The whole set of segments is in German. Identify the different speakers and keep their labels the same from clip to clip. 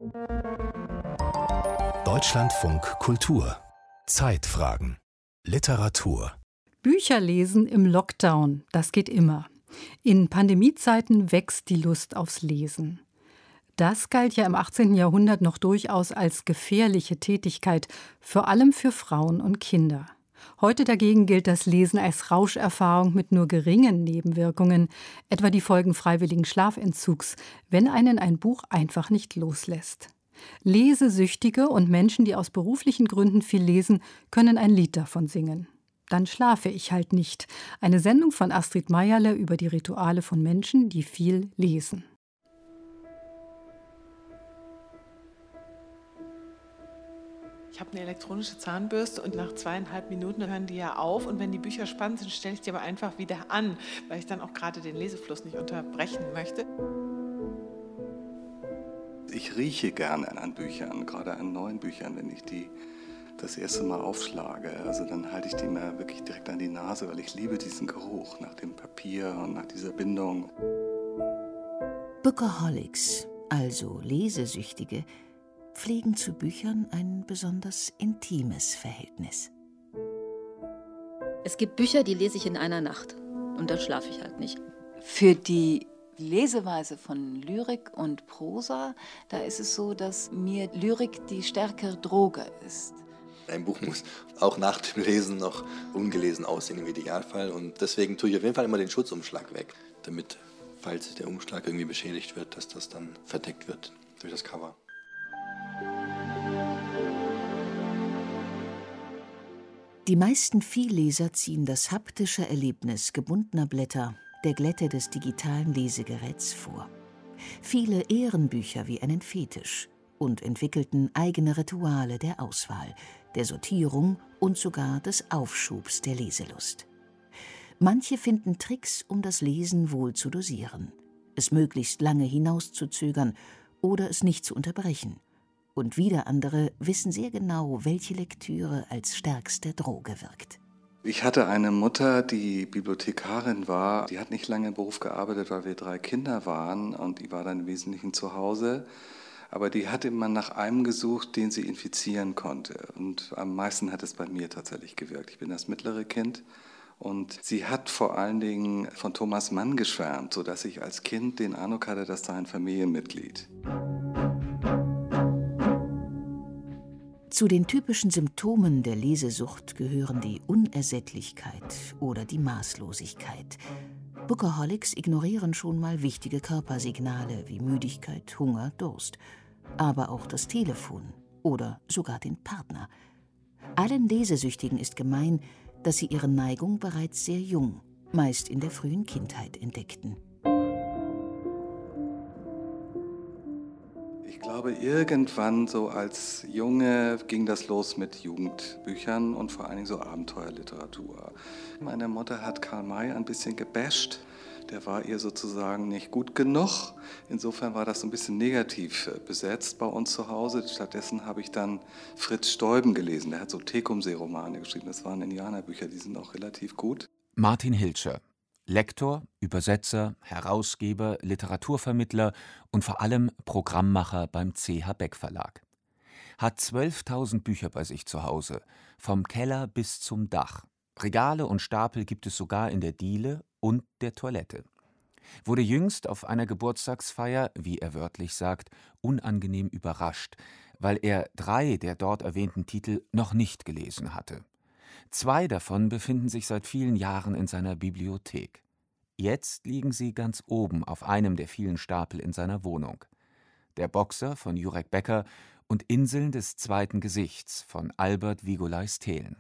Speaker 1: Deutschlandfunk Kultur. Zeitfragen. Literatur.
Speaker 2: Bücher lesen im Lockdown, das geht immer. In Pandemiezeiten wächst die Lust aufs Lesen. Das galt ja im 18. Jahrhundert noch durchaus als gefährliche Tätigkeit, vor allem für Frauen und Kinder. Heute dagegen gilt das Lesen als Rauscherfahrung mit nur geringen Nebenwirkungen, etwa die Folgen freiwilligen Schlafentzugs, wenn einen ein Buch einfach nicht loslässt. Lesesüchtige und Menschen, die aus beruflichen Gründen viel lesen, können ein Lied davon singen. Dann schlafe ich halt nicht. Eine Sendung von Astrid Meierle über die Rituale von Menschen, die viel lesen.
Speaker 3: Ich habe eine elektronische Zahnbürste und nach 2,5 Minuten hören die ja auf. Und wenn die Bücher spannend sind, stelle ich die aber einfach wieder an, weil ich dann auch gerade den Lesefluss nicht unterbrechen möchte.
Speaker 4: Ich rieche gerne an Büchern, gerade an neuen Büchern, wenn ich die das erste Mal aufschlage. Also dann halte ich die mir wirklich direkt an die Nase, weil ich liebe diesen Geruch nach dem Papier und nach dieser Bindung.
Speaker 5: Bookaholics, also Lesesüchtige, pflegen zu Büchern ein besonders intimes Verhältnis.
Speaker 6: Es gibt Bücher, die lese ich in einer Nacht und dann schlafe ich halt nicht.
Speaker 7: Für die Leseweise von Lyrik und Prosa, da ist es so, dass mir Lyrik die stärkere Droge ist.
Speaker 8: Ein Buch muss auch nach dem Lesen noch ungelesen aussehen im Idealfall und deswegen tue ich auf jeden Fall immer den Schutzumschlag weg, damit, falls der Umschlag irgendwie beschädigt wird, dass das dann verdeckt wird durch das Cover.
Speaker 5: Die meisten Vielleser ziehen das haptische Erlebnis gebundener Blätter der Glätte des digitalen Lesegeräts vor. Viele ehren Bücher wie einen Fetisch und entwickelten eigene Rituale der Auswahl, der Sortierung und sogar des Aufschubs der Leselust. Manche finden Tricks, um das Lesen wohl zu dosieren, es möglichst lange hinauszuzögern oder es nicht zu unterbrechen. Und wieder andere wissen sehr genau, welche Lektüre als stärkste Droge wirkt.
Speaker 4: Ich hatte eine Mutter, die Bibliothekarin war. Die hat nicht lange im Beruf gearbeitet, weil wir 3 Kinder waren und die war dann im Wesentlichen zu Hause. Aber die hat immer nach einem gesucht, den sie infizieren konnte. Und am meisten hat es bei mir tatsächlich gewirkt. Ich bin das mittlere Kind und sie hat vor allen Dingen von Thomas Mann geschwärmt, sodass ich als Kind den Eindruck hatte, dass da ein Familienmitglied.
Speaker 5: Zu den typischen Symptomen der Lesesucht gehören die Unersättlichkeit oder die Maßlosigkeit. Bookaholics ignorieren schon mal wichtige Körpersignale wie Müdigkeit, Hunger, Durst, aber auch das Telefon oder sogar den Partner. Allen Lesesüchtigen ist gemein, dass sie ihre Neigung bereits sehr jung, meist in der frühen Kindheit, entdeckten.
Speaker 4: Ich glaube, irgendwann so als Junge ging das los mit Jugendbüchern und vor allen Dingen so Abenteuerliteratur. Meine Mutter hat Karl May ein bisschen gebasht. Der war ihr sozusagen nicht gut genug. Insofern war das so ein bisschen negativ besetzt bei uns zu Hause. Stattdessen habe ich dann Fritz Steuben gelesen. Der hat so Tecumseh-Romane geschrieben. Das waren Indianerbücher, die sind auch relativ gut.
Speaker 9: Martin Hilscher. Lektor, Übersetzer, Herausgeber, Literaturvermittler und vor allem Programmmacher beim CH Beck Verlag. Hat 12.000 Bücher bei sich zu Hause, vom Keller bis zum Dach. Regale und Stapel gibt es sogar in der Diele und der Toilette. Wurde jüngst auf einer Geburtstagsfeier, wie er wörtlich sagt, unangenehm überrascht, weil er 3 der dort erwähnten Titel noch nicht gelesen hatte. 2 davon befinden sich seit vielen Jahren in seiner Bibliothek. Jetzt liegen sie ganz oben auf einem der vielen Stapel in seiner Wohnung. Der Boxer von Jurek Becker und Inseln des zweiten Gesichts von Albert Vigolais Thelen.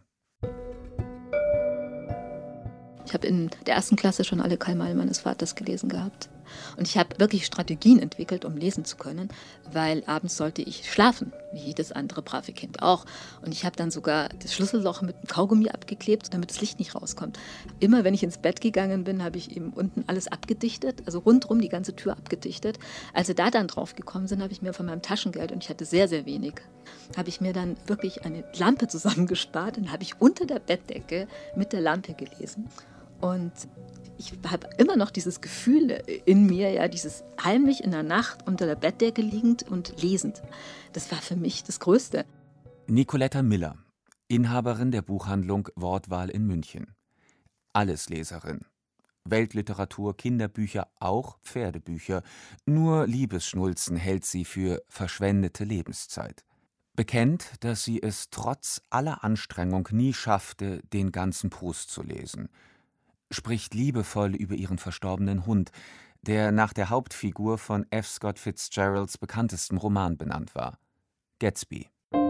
Speaker 6: Ich habe in der 1. Klasse schon alle Karl May meines Vaters gelesen gehabt. Und ich habe wirklich Strategien entwickelt, um lesen zu können, weil abends sollte ich schlafen, wie jedes andere brave Kind auch. Und ich habe dann sogar das Schlüsselloch mit einem Kaugummi abgeklebt, damit das Licht nicht rauskommt. Immer wenn ich ins Bett gegangen bin, habe ich eben unten alles abgedichtet, also rundherum die ganze Tür abgedichtet. Als sie da dann drauf gekommen sind, habe ich mir von meinem Taschengeld, und ich hatte sehr, sehr wenig, habe ich mir dann wirklich eine Lampe zusammengespart und habe ich unter der Bettdecke mit der Lampe gelesen. Und Ich habe immer noch dieses Gefühl in mir, ja, dieses heimlich in der Nacht unter der Bettdecke liegend und lesend. Das war für mich das Größte.
Speaker 9: Nicoletta Miller, Inhaberin der Buchhandlung Wortwahl in München. Allesleserin. Weltliteratur, Kinderbücher, auch Pferdebücher. Nur Liebesschnulzen hält sie für verschwendete Lebenszeit. Bekennt, dass sie es trotz aller Anstrengung nie schaffte, den ganzen Proust zu lesen. Spricht liebevoll über ihren verstorbenen Hund, der nach der Hauptfigur von F. Scott Fitzgeralds bekanntestem Roman benannt war: Gatsby.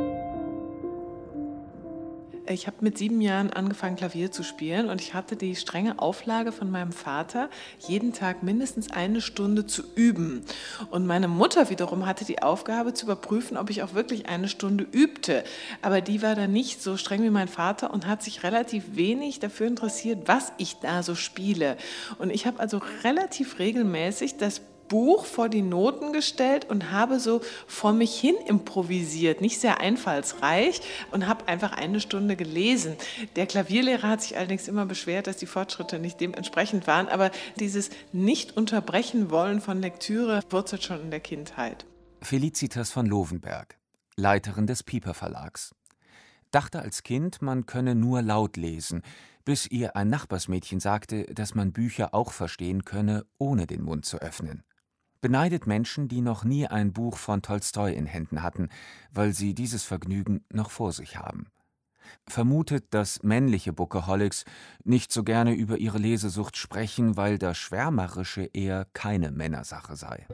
Speaker 3: Ich habe mit 7 Jahren angefangen, Klavier zu spielen und ich hatte die strenge Auflage von meinem Vater, jeden Tag mindestens 1 Stunde zu üben. Und meine Mutter wiederum hatte die Aufgabe zu überprüfen, ob ich auch wirklich 1 Stunde übte. Aber die war dann nicht so streng wie mein Vater und hat sich relativ wenig dafür interessiert, was ich da so spiele. Und ich habe also relativ regelmäßig das Buch vor die Noten gestellt und habe so vor mich hin improvisiert, nicht sehr einfallsreich, und habe einfach 1 Stunde gelesen. Der Klavierlehrer hat sich allerdings immer beschwert, dass die Fortschritte nicht dementsprechend waren, aber dieses Nicht-Unterbrechen wollen von Lektüre wurzelt schon in der Kindheit.
Speaker 9: Felicitas von Lovenberg, Leiterin des Piper Verlags. Dachte als Kind, man könne nur laut lesen, bis ihr ein Nachbarsmädchen sagte, dass man Bücher auch verstehen könne, ohne den Mund zu öffnen. Beneidet Menschen, die noch nie ein Buch von Tolstoi in Händen hatten, weil sie dieses Vergnügen noch vor sich haben. Vermutet, dass männliche Bookaholics nicht so gerne über ihre Lesesucht sprechen, weil das Schwärmerische eher keine Männersache sei.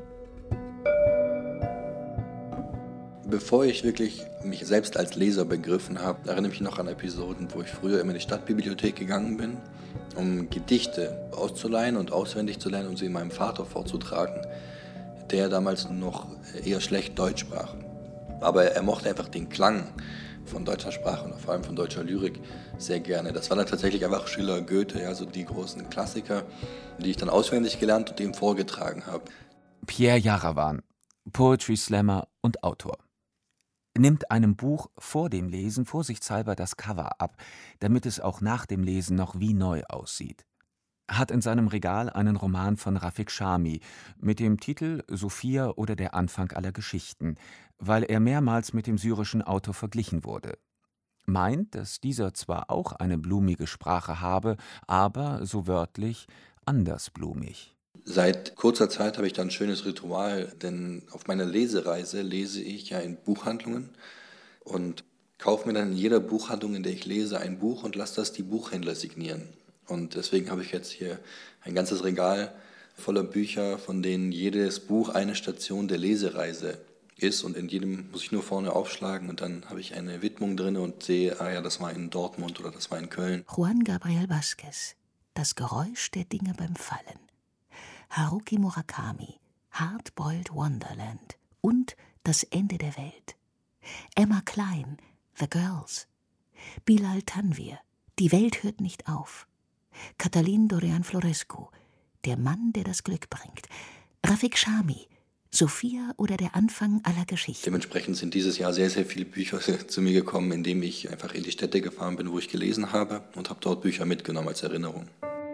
Speaker 8: Bevor ich wirklich mich selbst als Leser begriffen habe, erinnere ich mich noch an Episoden, wo ich früher immer in die Stadtbibliothek gegangen bin, um Gedichte auszuleihen und auswendig zu lernen und sie meinem Vater vorzutragen, der damals noch eher schlecht Deutsch sprach. Aber er mochte einfach den Klang von deutscher Sprache und vor allem von deutscher Lyrik sehr gerne. Das waren dann tatsächlich einfach Schiller, Goethe, also die großen Klassiker, die ich dann auswendig gelernt und ihm vorgetragen habe.
Speaker 9: Pierre Jarawan, Poetry Slammer und Autor. Nimmt einem Buch vor dem Lesen vorsichtshalber das Cover ab, damit es auch nach dem Lesen noch wie neu aussieht. Hat in seinem Regal einen Roman von Rafik Shami mit dem Titel Sophia oder der Anfang aller Geschichten, weil er mehrmals mit dem syrischen Autor verglichen wurde. Meint, dass dieser zwar auch eine blumige Sprache habe, aber, so wörtlich, andersblumig.
Speaker 8: Seit kurzer Zeit habe ich dann ein schönes Ritual, denn auf meiner Lesereise lese ich ja in Buchhandlungen und kaufe mir dann in jeder Buchhandlung, in der ich lese, ein Buch und lasse das die Buchhändler signieren. Und deswegen habe ich jetzt hier ein ganzes Regal voller Bücher, von denen jedes Buch eine Station der Lesereise ist. Und in jedem muss ich nur vorne aufschlagen und dann habe ich eine Widmung drin und sehe, ah ja, das war in Dortmund oder das war in Köln.
Speaker 5: Juan Gabriel Vázquez, Das Geräusch der Dinge beim Fallen. Haruki Murakami, Hard-Boiled Wonderland und Das Ende der Welt. Emma Klein, The Girls. Bilal Tanvir, Die Welt hört nicht auf. Catalin Dorian Florescu, Der Mann, der das Glück bringt. Rafik Shami, Sophia oder der Anfang aller Geschichten.
Speaker 8: Dementsprechend sind dieses Jahr sehr, sehr viele Bücher zu mir gekommen, indem ich einfach in die Städte gefahren bin, wo ich gelesen habe und habe dort Bücher mitgenommen als Erinnerung.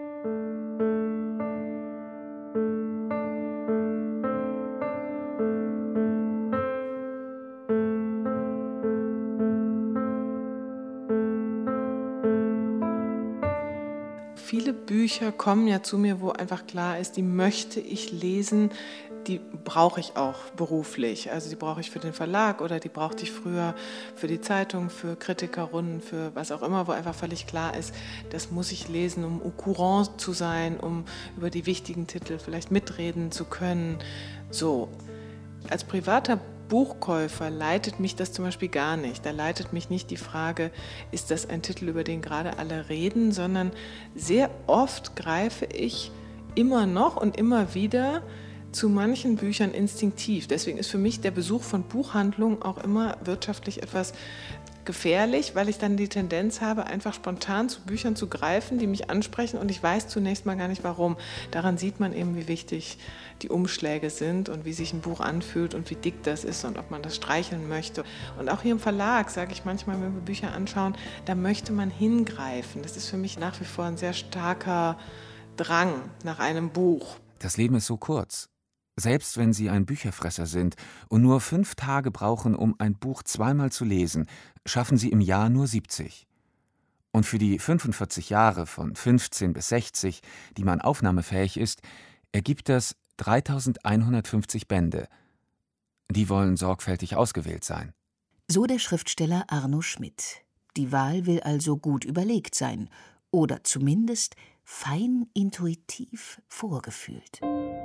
Speaker 3: Viele Bücher kommen ja zu mir, wo einfach klar ist, die möchte ich lesen, die brauche ich auch beruflich. Also die brauche ich für den Verlag oder die brauchte ich früher für die Zeitung, für Kritikerrunden, für was auch immer, wo einfach völlig klar ist, das muss ich lesen, um au courant zu sein, um über die wichtigen Titel vielleicht mitreden zu können. So, als privater Buchkäufer leitet mich das zum Beispiel gar nicht. Da leitet mich nicht die Frage, ist das ein Titel, über den gerade alle reden, sondern sehr oft greife ich immer noch und immer wieder zu manchen Büchern instinktiv. Deswegen ist für mich der Besuch von Buchhandlungen auch immer wirtschaftlich etwas gefährlich, weil ich dann die Tendenz habe, einfach spontan zu Büchern zu greifen, die mich ansprechen und ich weiß zunächst mal gar nicht warum. Daran sieht man eben, wie wichtig die Umschläge sind und wie sich ein Buch anfühlt und wie dick das ist und ob man das streicheln möchte. Und auch hier im Verlag sage ich manchmal, wenn wir Bücher anschauen, da möchte man hingreifen. Das ist für mich nach wie vor ein sehr starker Drang nach einem Buch.
Speaker 9: Das Leben ist so kurz. Selbst wenn Sie ein Bücherfresser sind und nur 5 Tage brauchen, um ein Buch zweimal zu lesen, schaffen Sie im Jahr nur 70. Und für die 45 Jahre von 15 bis 60, die man aufnahmefähig ist, ergibt das 3150 Bände. Die wollen sorgfältig ausgewählt sein.
Speaker 5: So der Schriftsteller Arno Schmidt. Die Wahl will also gut überlegt sein oder zumindest fein intuitiv vorgefühlt.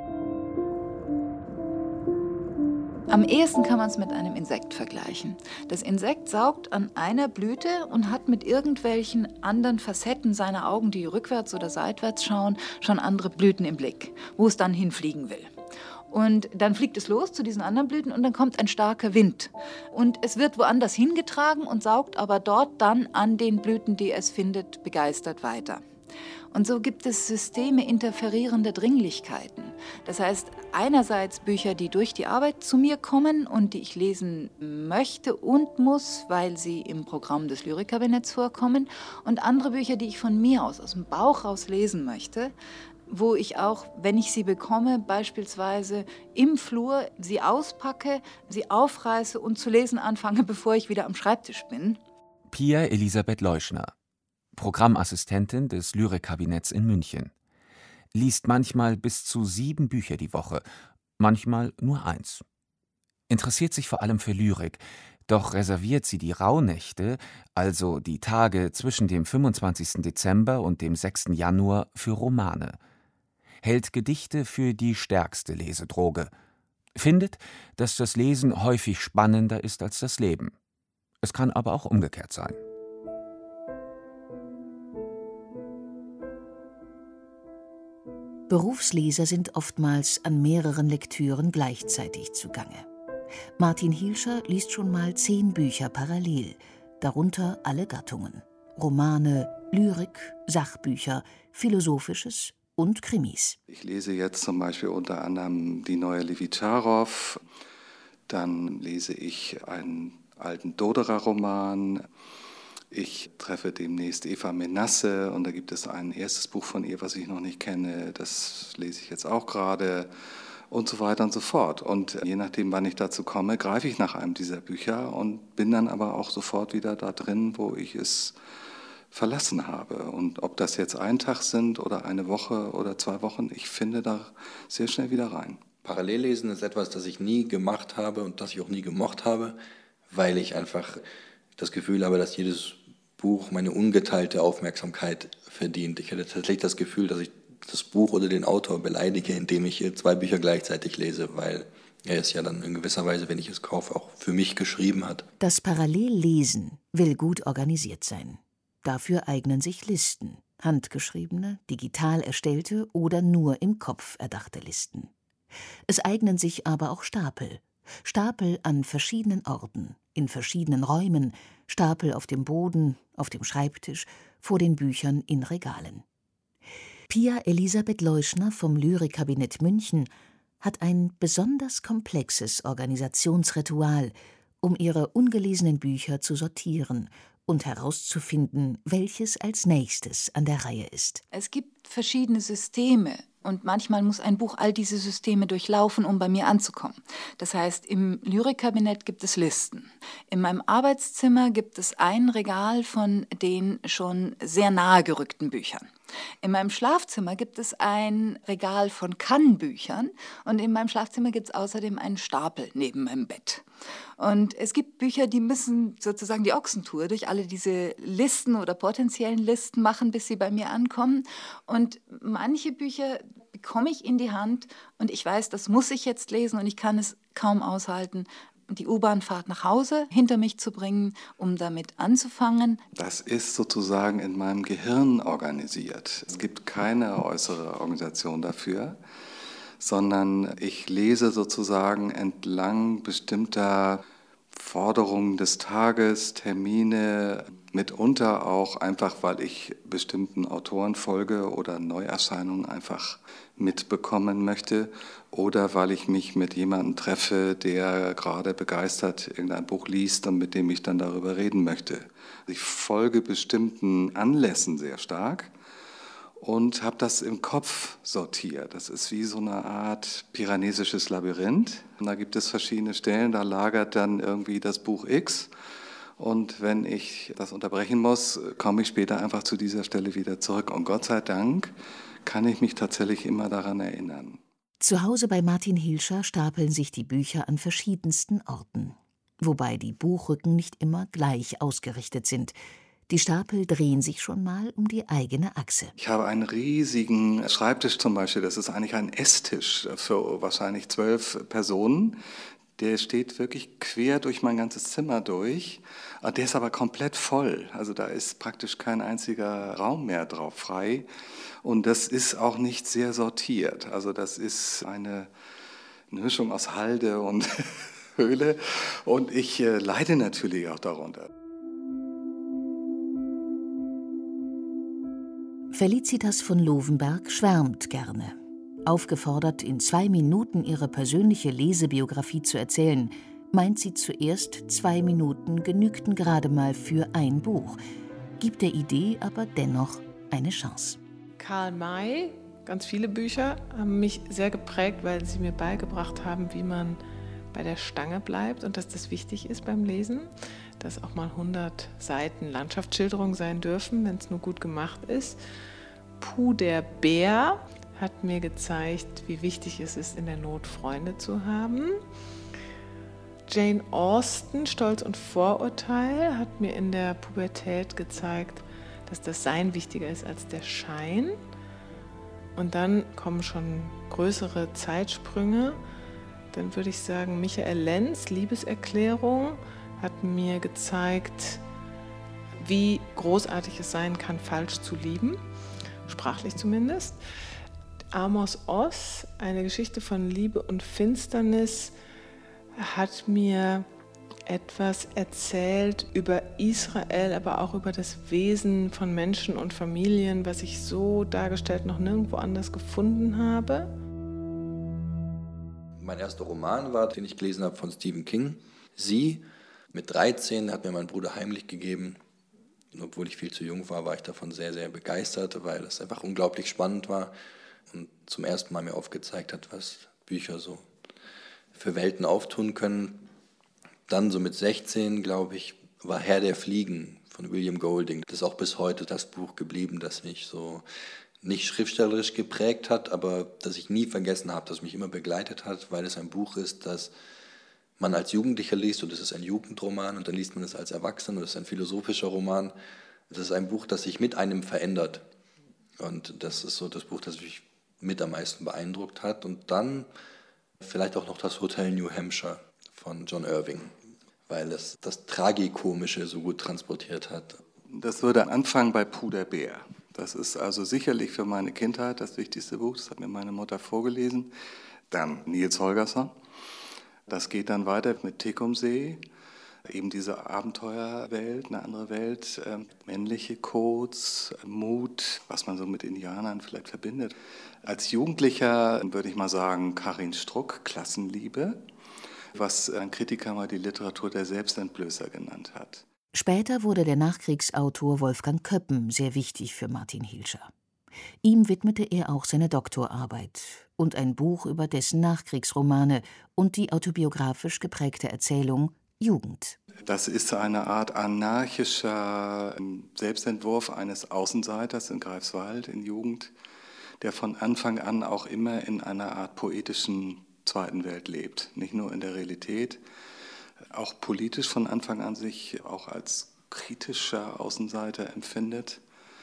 Speaker 7: Am ehesten kann man es mit einem Insekt vergleichen. Das Insekt saugt an einer Blüte und hat mit irgendwelchen anderen Facetten seiner Augen, die rückwärts oder seitwärts schauen, schon andere Blüten im Blick, wo es dann hinfliegen will. Und dann fliegt es los zu diesen anderen Blüten und dann kommt ein starker Wind. Und es wird woanders hingetragen und saugt aber dort dann an den Blüten, die es findet, begeistert weiter. Und so gibt es Systeme interferierender Dringlichkeiten. Das heißt, einerseits Bücher, die durch die Arbeit zu mir kommen und die ich lesen möchte und muss, weil sie im Programm des Lyrikkabinetts vorkommen, und andere Bücher, die ich von mir aus dem Bauch raus lesen möchte, wo ich auch, wenn ich sie bekomme, beispielsweise im Flur sie auspacke, sie aufreiße und zu lesen anfange, bevor ich wieder am Schreibtisch bin.
Speaker 9: Pia Elisabeth Leuschner, Programmassistentin des Lyrikkabinetts in München, liest manchmal bis zu 7 Bücher die Woche, manchmal nur 1. Interessiert sich vor allem für Lyrik, doch reserviert sie die Rauhnächte, also die Tage zwischen dem 25. Dezember und dem 6. Januar, für Romane. Hält Gedichte für die stärkste Lesedroge. Findet, dass das Lesen häufig spannender ist als das Leben. Es kann aber auch umgekehrt sein.
Speaker 5: Berufsleser sind oftmals an mehreren Lektüren gleichzeitig zugange. Martin Hielscher liest schon mal 10 Bücher parallel, darunter alle Gattungen: Romane, Lyrik, Sachbücher, Philosophisches und Krimis.
Speaker 4: Ich lese jetzt zum Beispiel unter anderem die neue Levi Tcharow, dann lese ich einen alten Doderer-Roman. Ich treffe demnächst Eva Menasse und da gibt es ein erstes Buch von ihr, was ich noch nicht kenne. Das lese ich jetzt auch gerade und so weiter und so fort. Und je nachdem, wann ich dazu komme, greife ich nach einem dieser Bücher und bin dann aber auch sofort wieder da drin, wo ich es verlassen habe. Und ob das jetzt ein Tag sind oder eine Woche oder 2 Wochen, ich finde da sehr schnell wieder rein.
Speaker 8: Parallellesen ist etwas, das ich nie gemacht habe und das ich auch nie gemocht habe, weil ich einfach das Gefühl habe, dass jedes Buch meine ungeteilte Aufmerksamkeit verdient. Ich hätte tatsächlich das Gefühl, dass ich das Buch oder den Autor beleidige, indem ich 2 Bücher gleichzeitig lese, weil er es ja dann in gewisser Weise, wenn ich es kaufe, auch für mich geschrieben hat.
Speaker 5: Das Parallellesen will gut organisiert sein. Dafür eignen sich Listen, handgeschriebene, digital erstellte oder nur im Kopf erdachte Listen. Es eignen sich aber auch Stapel. Stapel an verschiedenen Orten, in verschiedenen Räumen, Stapel auf dem Boden, auf dem Schreibtisch, vor den Büchern in Regalen. Pia Elisabeth Leuschner vom Lyrikkabinett München hat ein besonders komplexes Organisationsritual, um ihre ungelesenen Bücher zu sortieren und herauszufinden, welches als nächstes an der Reihe ist.
Speaker 7: Es gibt verschiedene Systeme. Und manchmal muss ein Buch all diese Systeme durchlaufen, um bei mir anzukommen. Das heißt, im Lyrikkabinett gibt es Listen. In meinem Arbeitszimmer gibt es ein Regal von den schon sehr nahe gerückten Büchern. In meinem Schlafzimmer gibt es ein Regal von Kann-Büchern und in meinem Schlafzimmer gibt es außerdem einen Stapel neben meinem Bett. Und es gibt Bücher, die müssen sozusagen die Ochsentour durch alle diese Listen oder potenziellen Listen machen, bis sie bei mir ankommen. Und manche Bücher bekomme ich in die Hand und ich weiß, das muss ich jetzt lesen und ich kann es kaum aushalten, die U-Bahn-Fahrt nach Hause hinter mich zu bringen, um damit anzufangen.
Speaker 4: Das ist sozusagen in meinem Gehirn organisiert. Es gibt keine äußere Organisation dafür, sondern ich lese sozusagen entlang bestimmter Forderungen des Tages, Termine, mitunter auch einfach, weil ich bestimmten Autoren folge oder Neuerscheinungen einfach mitbekommen möchte oder weil ich mich mit jemandem treffe, der gerade begeistert irgendein Buch liest und mit dem ich dann darüber reden möchte. Ich folge bestimmten Anlässen sehr stark und habe das im Kopf sortiert. Das ist wie so eine Art piranesisches Labyrinth. Und da gibt es verschiedene Stellen, da lagert dann irgendwie das Buch X. Und wenn ich das unterbrechen muss, komme ich später einfach zu dieser Stelle wieder zurück. Und Gott sei Dank kann ich mich tatsächlich immer daran erinnern.
Speaker 5: Zu Hause bei Martin Hilscher stapeln sich die Bücher an verschiedensten Orten. Wobei die Buchrücken nicht immer gleich ausgerichtet sind. Die Stapel drehen sich schon mal um die eigene Achse.
Speaker 4: Ich habe einen riesigen Schreibtisch zum Beispiel, das ist eigentlich ein Esstisch für wahrscheinlich 12 Personen. Der steht wirklich quer durch mein ganzes Zimmer durch. Der ist aber komplett voll, also da ist praktisch kein einziger Raum mehr drauf frei. Und das ist auch nicht sehr sortiert, also das ist eine Mischung aus Halde und Höhle und ich leide natürlich auch darunter.
Speaker 5: Felicitas von Lovenberg schwärmt gerne. Aufgefordert, in 2 Minuten ihre persönliche Lesebiografie zu erzählen, meint sie zuerst, 2 Minuten genügten gerade mal für ein Buch, gibt der Idee aber dennoch eine Chance.
Speaker 3: Karl May, ganz viele Bücher, haben mich sehr geprägt, weil sie mir beigebracht haben, wie man bei der Stange bleibt und dass das wichtig ist beim Lesen, dass auch mal 100 Seiten Landschaftsschilderung sein dürfen, wenn es nur gut gemacht ist. Puh, der Bär hat mir gezeigt, wie wichtig es ist, in der Not Freunde zu haben. Jane Austen, Stolz und Vorurteil, hat mir in der Pubertät gezeigt, dass das Sein wichtiger ist als der Schein. Und dann kommen schon größere Zeitsprünge. Dann würde ich sagen, Michael Lenz, Liebeserklärung, hat mir gezeigt, wie großartig es sein kann, falsch zu lieben, sprachlich zumindest. Amos Oz, eine Geschichte von Liebe und Finsternis, hat mir etwas erzählt über Israel, aber auch über das Wesen von Menschen und Familien, was ich so dargestellt noch nirgendwo anders gefunden habe.
Speaker 8: Mein erster Roman war, den ich gelesen habe, von Stephen King. Sie, mit 13, hat mir mein Bruder heimlich gegeben. Und obwohl ich viel zu jung war, war ich davon sehr, sehr begeistert, weil es einfach unglaublich spannend war und zum ersten Mal mir aufgezeigt hat, was Bücher so für Welten auftun können. Dann so mit 16, glaube ich, war Herr der Fliegen von William Golding. Das ist auch bis heute das Buch geblieben, das mich so nicht schriftstellerisch geprägt hat, aber das ich nie vergessen habe, das mich immer begleitet hat, weil es ein Buch ist, das man als Jugendlicher liest und es ist ein Jugendroman und dann liest man es als Erwachsener und es ist ein philosophischer Roman. Das ist ein Buch, das sich mit einem verändert und das ist so das Buch, das mich mit am meisten beeindruckt hat. Und dann vielleicht auch noch das Hotel New Hampshire von John Irving, weil es das Tragikomische so gut transportiert hat.
Speaker 4: Das würde anfangen bei Puh, der Bär. Das ist also sicherlich für meine Kindheit das wichtigste Buch. Das hat mir meine Mutter vorgelesen. Dann Niels Holgersson. Das geht dann weiter mit Tecumseh. Eben diese Abenteuerwelt, eine andere Welt. Männliche Codes, Mut, was man so mit Indianern vielleicht verbindet. Als Jugendlicher würde ich mal sagen Karin Struck, Klassenliebe, was ein Kritiker mal die Literatur der Selbstentblößer genannt hat.
Speaker 5: Später wurde der Nachkriegsautor Wolfgang Köppen sehr wichtig für Martin Hilscher. Ihm widmete er auch seine Doktorarbeit und ein Buch über dessen Nachkriegsromane und die autobiografisch geprägte Erzählung Jugend.
Speaker 4: Das ist eine Art anarchischer Selbstentwurf eines Außenseiters in Greifswald in Jugend, der von Anfang an auch immer in einer Art poetischen zweiten Welt lebt. Nicht nur in der Realität, auch politisch von Anfang an sich auch als kritischer Außenseiter empfindet.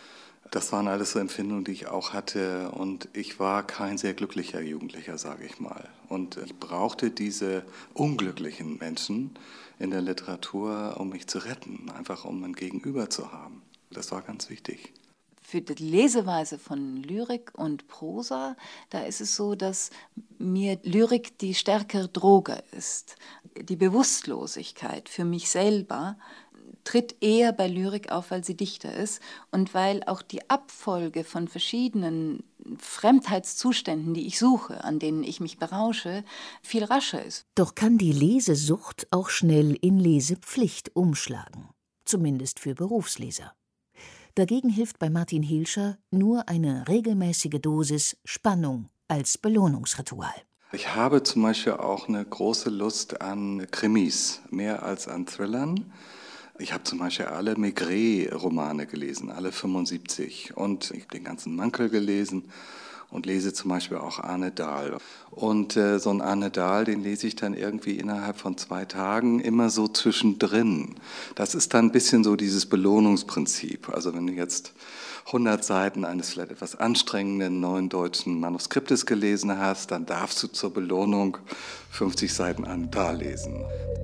Speaker 4: Das waren alles so Empfindungen, die ich auch hatte und ich war kein sehr glücklicher Jugendlicher, sage ich mal. Und ich brauchte diese unglücklichen Menschen in der Literatur, um mich zu retten, einfach um ein Gegenüber zu haben. Das war ganz wichtig.
Speaker 7: Für die Leseweise von Lyrik und Prosa, da ist es so, dass mir Lyrik die stärkere Droge ist. Die Bewusstlosigkeit für mich selber tritt eher bei Lyrik auf, weil sie dichter ist und weil auch die Abfolge von verschiedenen Fremdheitszuständen, die ich suche, an denen ich mich berausche, viel rascher ist.
Speaker 5: Doch kann die Lesesucht auch schnell in Lesepflicht umschlagen, zumindest für Berufsleser. Dagegen hilft bei Martin Hilscher nur eine regelmäßige Dosis Spannung als Belohnungsritual.
Speaker 4: Ich habe zum Beispiel auch eine große Lust an Krimis, mehr als an Thrillern. Ich habe zum Beispiel alle Maigret-Romane gelesen, alle 75. Und ich habe den ganzen Mankel gelesen und lese zum Beispiel auch Arne Dahl. Und so einen Arne Dahl, den lese ich dann irgendwie innerhalb von 2 Tagen immer so zwischendrin. Das ist dann ein bisschen so dieses Belohnungsprinzip. Also wenn du jetzt 100 Seiten eines vielleicht etwas anstrengenden neuen deutschen Manuskriptes gelesen hast, dann darfst du zur Belohnung 50 Seiten Arne Dahl lesen.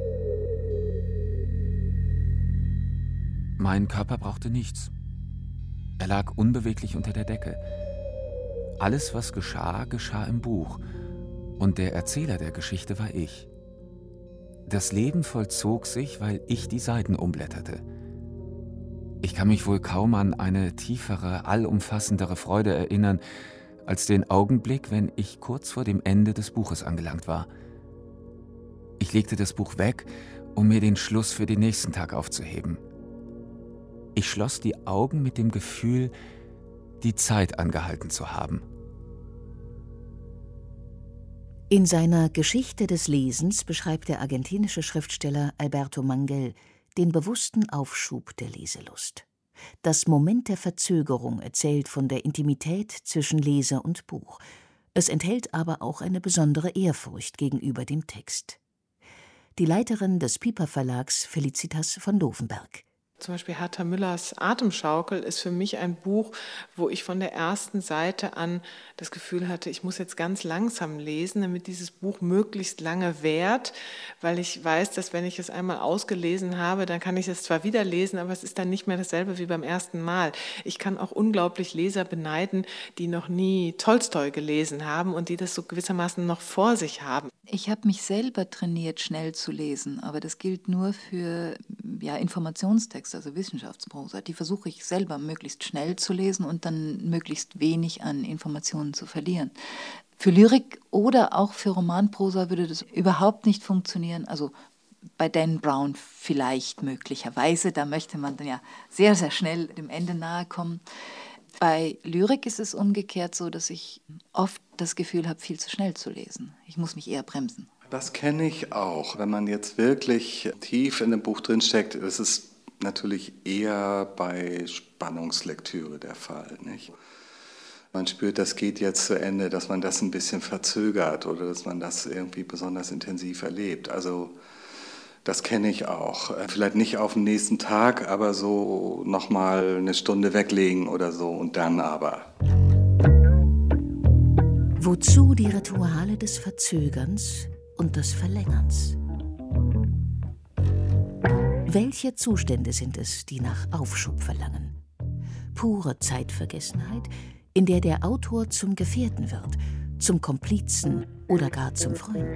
Speaker 9: Mein Körper brauchte nichts. Er lag unbeweglich unter der Decke. Alles, was geschah, geschah im Buch. Und der Erzähler der Geschichte war ich. Das Leben vollzog sich, weil ich die Seiten umblätterte. Ich kann mich wohl kaum an eine tiefere, allumfassendere Freude erinnern, als den Augenblick, wenn ich kurz vor dem Ende des Buches angelangt war. Ich legte das Buch weg, um mir den Schluss für den nächsten Tag aufzuheben. Ich schloss die Augen mit dem Gefühl, die Zeit angehalten zu haben.
Speaker 5: In seiner Geschichte des Lesens beschreibt der argentinische Schriftsteller Alberto Manguel den bewussten Aufschub der Leselust. Das Moment der Verzögerung erzählt von der Intimität zwischen Leser und Buch. Es enthält aber auch eine besondere Ehrfurcht gegenüber dem Text. Die Leiterin des Piper Verlags, Felicitas von Lovenberg.
Speaker 3: Zum Beispiel Hertha Müllers Atemschaukel ist für mich ein Buch, wo ich von der ersten Seite an das Gefühl hatte, ich muss jetzt ganz langsam lesen, damit dieses Buch möglichst lange währt, weil ich weiß, dass wenn ich es einmal ausgelesen habe, dann kann ich es zwar wieder lesen, aber es ist dann nicht mehr dasselbe wie beim ersten Mal. Ich kann auch unglaublich Leser beneiden, die noch nie Tolstoi gelesen haben und die das so gewissermaßen noch vor sich haben.
Speaker 7: Ich habe mich selber trainiert, schnell zu lesen, aber das gilt nur für Informationstexte, also Wissenschaftsprosa. Die versuche ich selber möglichst schnell zu lesen und dann möglichst wenig an Informationen zu verlieren. Für Lyrik oder auch für Romanprosa würde das überhaupt nicht funktionieren. Also bei Dan Brown vielleicht möglicherweise, da möchte man dann ja sehr, sehr schnell dem Ende nahe kommen. Bei Lyrik ist es umgekehrt so, dass ich oft das Gefühl habe, viel zu schnell zu lesen. Ich muss mich eher bremsen.
Speaker 4: Das kenne ich auch. Wenn man jetzt wirklich tief in einem Buch drinsteckt, ist es natürlich eher bei Spannungslektüre der Fall, nicht? Man spürt, das geht jetzt zu Ende, dass man das ein bisschen verzögert oder dass man das irgendwie besonders intensiv erlebt. Also das kenne ich auch. Vielleicht nicht auf den nächsten Tag, aber so nochmal eine Stunde weglegen oder so und dann aber.
Speaker 5: Wozu die Rituale des Verzögerns und des Verlängerns? Welche Zustände sind es, die nach Aufschub verlangen? Pure Zeitvergessenheit, in der der Autor zum Gefährten wird, zum Komplizen oder gar zum Freund.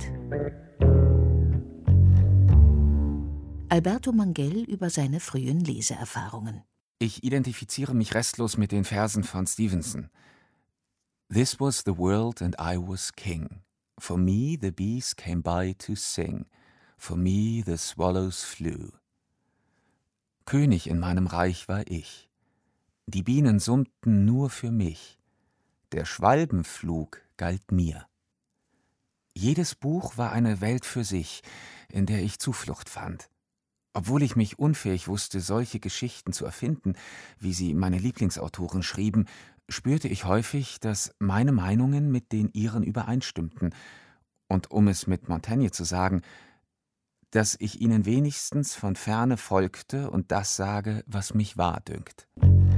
Speaker 5: Alberto Manguel über seine frühen Leseerfahrungen.
Speaker 9: Ich identifiziere mich restlos mit den Versen von Stevenson. This was the world and I was king. For me the bees came by to sing. For me the swallows flew. König in meinem Reich war ich. Die Bienen summten nur für mich. Der Schwalbenflug galt mir. Jedes Buch war eine Welt für sich, in der ich Zuflucht fand. Obwohl ich mich unfähig wusste, solche Geschichten zu erfinden, wie sie meine Lieblingsautoren schrieben, spürte ich häufig, dass meine Meinungen mit den ihren übereinstimmten. Und um es mit Montaigne zu sagen, dass ich ihnen wenigstens von ferne folgte und das sage, was mich wahr dünkt.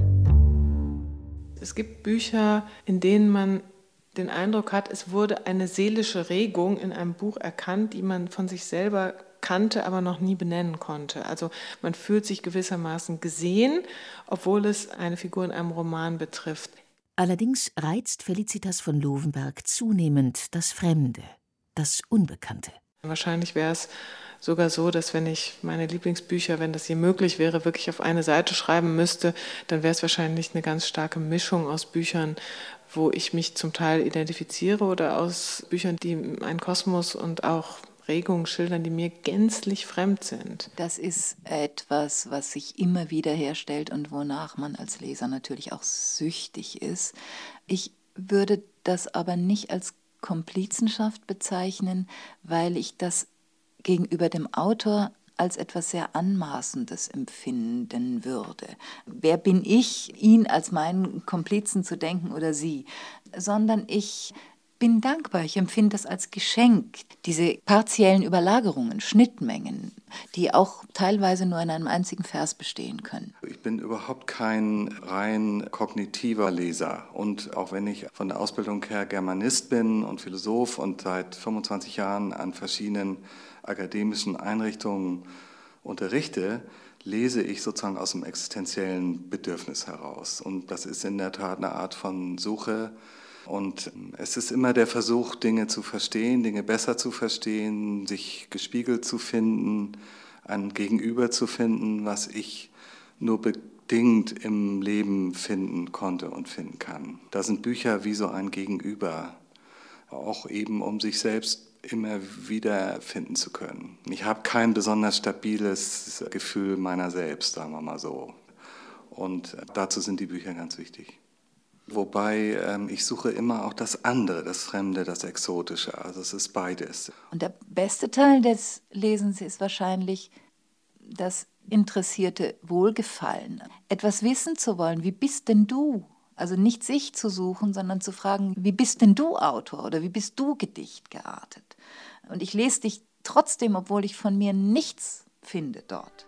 Speaker 3: Es gibt Bücher, in denen man den Eindruck hat, es wurde eine seelische Regung in einem Buch erkannt, die man von sich selber kannte, aber noch nie benennen konnte. Also man fühlt sich gewissermaßen gesehen, obwohl es eine Figur in einem Roman betrifft.
Speaker 5: Allerdings reizt Felicitas von Lovenberg zunehmend das Fremde, das Unbekannte.
Speaker 3: Wahrscheinlich wäre es sogar so, dass wenn ich meine Lieblingsbücher, wenn das je möglich wäre, wirklich auf eine Seite schreiben müsste, dann wäre es wahrscheinlich eine ganz starke Mischung aus Büchern, wo ich mich zum Teil identifiziere oder aus Büchern, die einen Kosmos und auch Regungen schildern, die mir gänzlich fremd sind.
Speaker 7: Das ist etwas, was sich immer wieder herstellt und wonach man als Leser natürlich auch süchtig ist. Ich würde das aber nicht als Komplizenschaft bezeichnen, weil ich das gegenüber dem Autor als etwas sehr Anmaßendes empfinden würde. Wer bin ich, ihn als meinen Komplizen zu denken oder sie? Sondern ich bin dankbar, ich empfinde das als Geschenk. Diese partiellen Überlagerungen, Schnittmengen, die auch teilweise nur in einem einzigen Vers bestehen können.
Speaker 4: Ich bin überhaupt kein rein kognitiver Leser. Und auch wenn ich von der Ausbildung her Germanist bin und Philosoph und seit 25 Jahren an verschiedenen akademischen Einrichtungen unterrichte, lese ich sozusagen aus dem existenziellen Bedürfnis heraus. Und das ist in der Tat eine Art von Suche. Und es ist immer der Versuch, Dinge zu verstehen, Dinge besser zu verstehen, sich gespiegelt zu finden, ein Gegenüber zu finden, was ich nur bedingt im Leben finden konnte und finden kann. Da sind Bücher wie so ein Gegenüber, auch eben um sich selbst immer wieder finden zu können. Ich habe kein besonders stabiles Gefühl meiner selbst, sagen wir mal so. Und dazu sind die Bücher ganz wichtig. Wobei ich suche immer auch das andere, das Fremde, das Exotische. Also es ist beides.
Speaker 7: Und der beste Teil des Lesens ist wahrscheinlich das interessierte Wohlgefallen. Etwas wissen zu wollen, wie bist denn du? Also nicht sich zu suchen, sondern zu fragen, wie bist denn du Autor oder wie bist du Gedicht geartet? Und ich lese dich trotzdem, obwohl ich von mir nichts finde dort.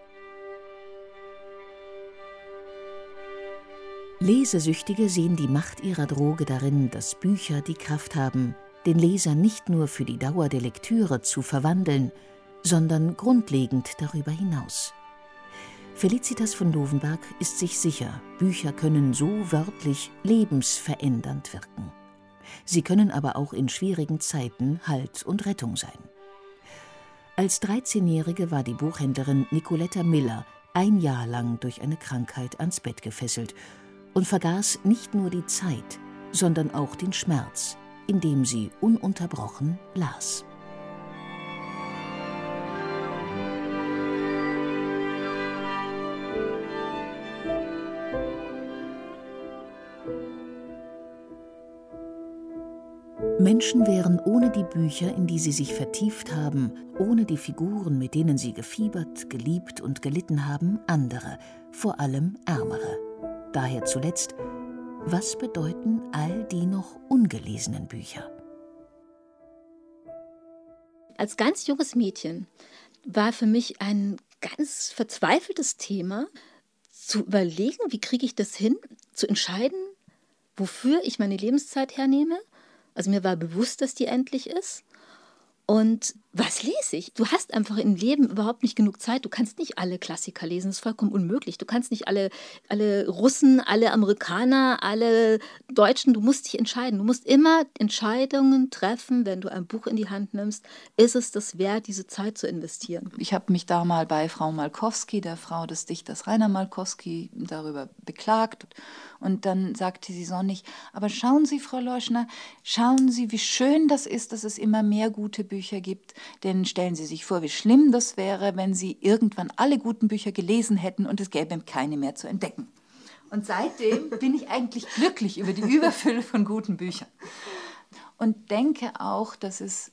Speaker 5: Lesesüchtige sehen die Macht ihrer Droge darin, dass Bücher die Kraft haben, den Leser nicht nur für die Dauer der Lektüre zu verwandeln, sondern grundlegend darüber hinaus. Felicitas von Lovenberg ist sich sicher, Bücher können so wörtlich lebensverändernd wirken. Sie können aber auch in schwierigen Zeiten Halt und Rettung sein. Als 13-Jährige war die Buchhändlerin Nicoletta Miller ein Jahr lang durch eine Krankheit ans Bett gefesselt und vergaß nicht nur die Zeit, sondern auch den Schmerz, indem sie ununterbrochen las. Menschen wären ohne die Bücher, in die sie sich vertieft haben, ohne die Figuren, mit denen sie gefiebert, geliebt und gelitten haben, andere, vor allem ärmere. Daher zuletzt, was bedeuten all die noch ungelesenen Bücher?
Speaker 6: Als ganz junges Mädchen war für mich ein ganz verzweifeltes Thema, zu überlegen, wie kriege ich das hin, zu entscheiden, wofür ich meine Lebenszeit hernehme. Also mir war bewusst, dass die endlich ist. Und was lese ich? Du hast einfach im Leben überhaupt nicht genug Zeit. Du kannst nicht alle Klassiker lesen, das ist vollkommen unmöglich. Du kannst nicht alle Russen, alle Amerikaner, alle Deutschen, du musst dich entscheiden. Du musst immer Entscheidungen treffen, wenn du ein Buch in die Hand nimmst. Ist es das wert, diese Zeit zu investieren?
Speaker 7: Ich habe mich da mal bei Frau Malkowski, der Frau des Dichters Rainer Malkowski, darüber beklagt. Und dann sagte sie sonnig, aber schauen Sie, Frau Leuschner, schauen Sie, wie schön das ist, dass es immer mehr gute Bücher gibt. Denn stellen Sie sich vor, wie schlimm das wäre, wenn Sie irgendwann alle guten Bücher gelesen hätten und es gäbe keine mehr zu entdecken. Und seitdem bin ich eigentlich glücklich über die Überfülle von guten Büchern. Und denke auch, dass es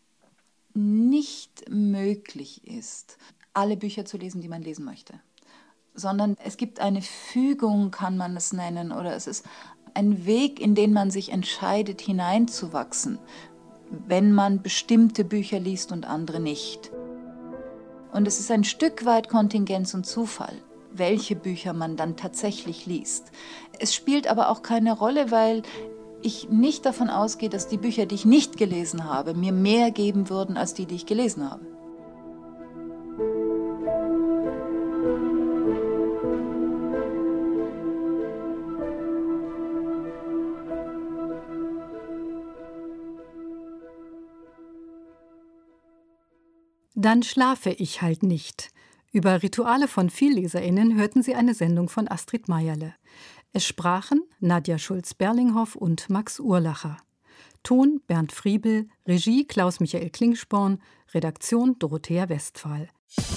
Speaker 7: nicht möglich ist, alle Bücher zu lesen, die man lesen möchte. Sondern es gibt eine Fügung, kann man es nennen, oder es ist ein Weg, in den man sich entscheidet, hineinzuwachsen, wenn man bestimmte Bücher liest und andere nicht. Und es ist ein Stück weit Kontingenz und Zufall, welche Bücher man dann tatsächlich liest. Es spielt aber auch keine Rolle, weil ich nicht davon ausgehe, dass die Bücher, die ich nicht gelesen habe, mir mehr geben würden als die ich gelesen habe.
Speaker 2: Dann schlafe ich halt nicht. Über Rituale von VielleserInnen hörten Sie eine Sendung von Astrid Meierle. Es sprachen Nadja Schulz-Berlinghoff und Max Urlacher. Ton Bernd Friebel, Regie Klaus-Michael Klingsporn, Redaktion Dorothea Westphal.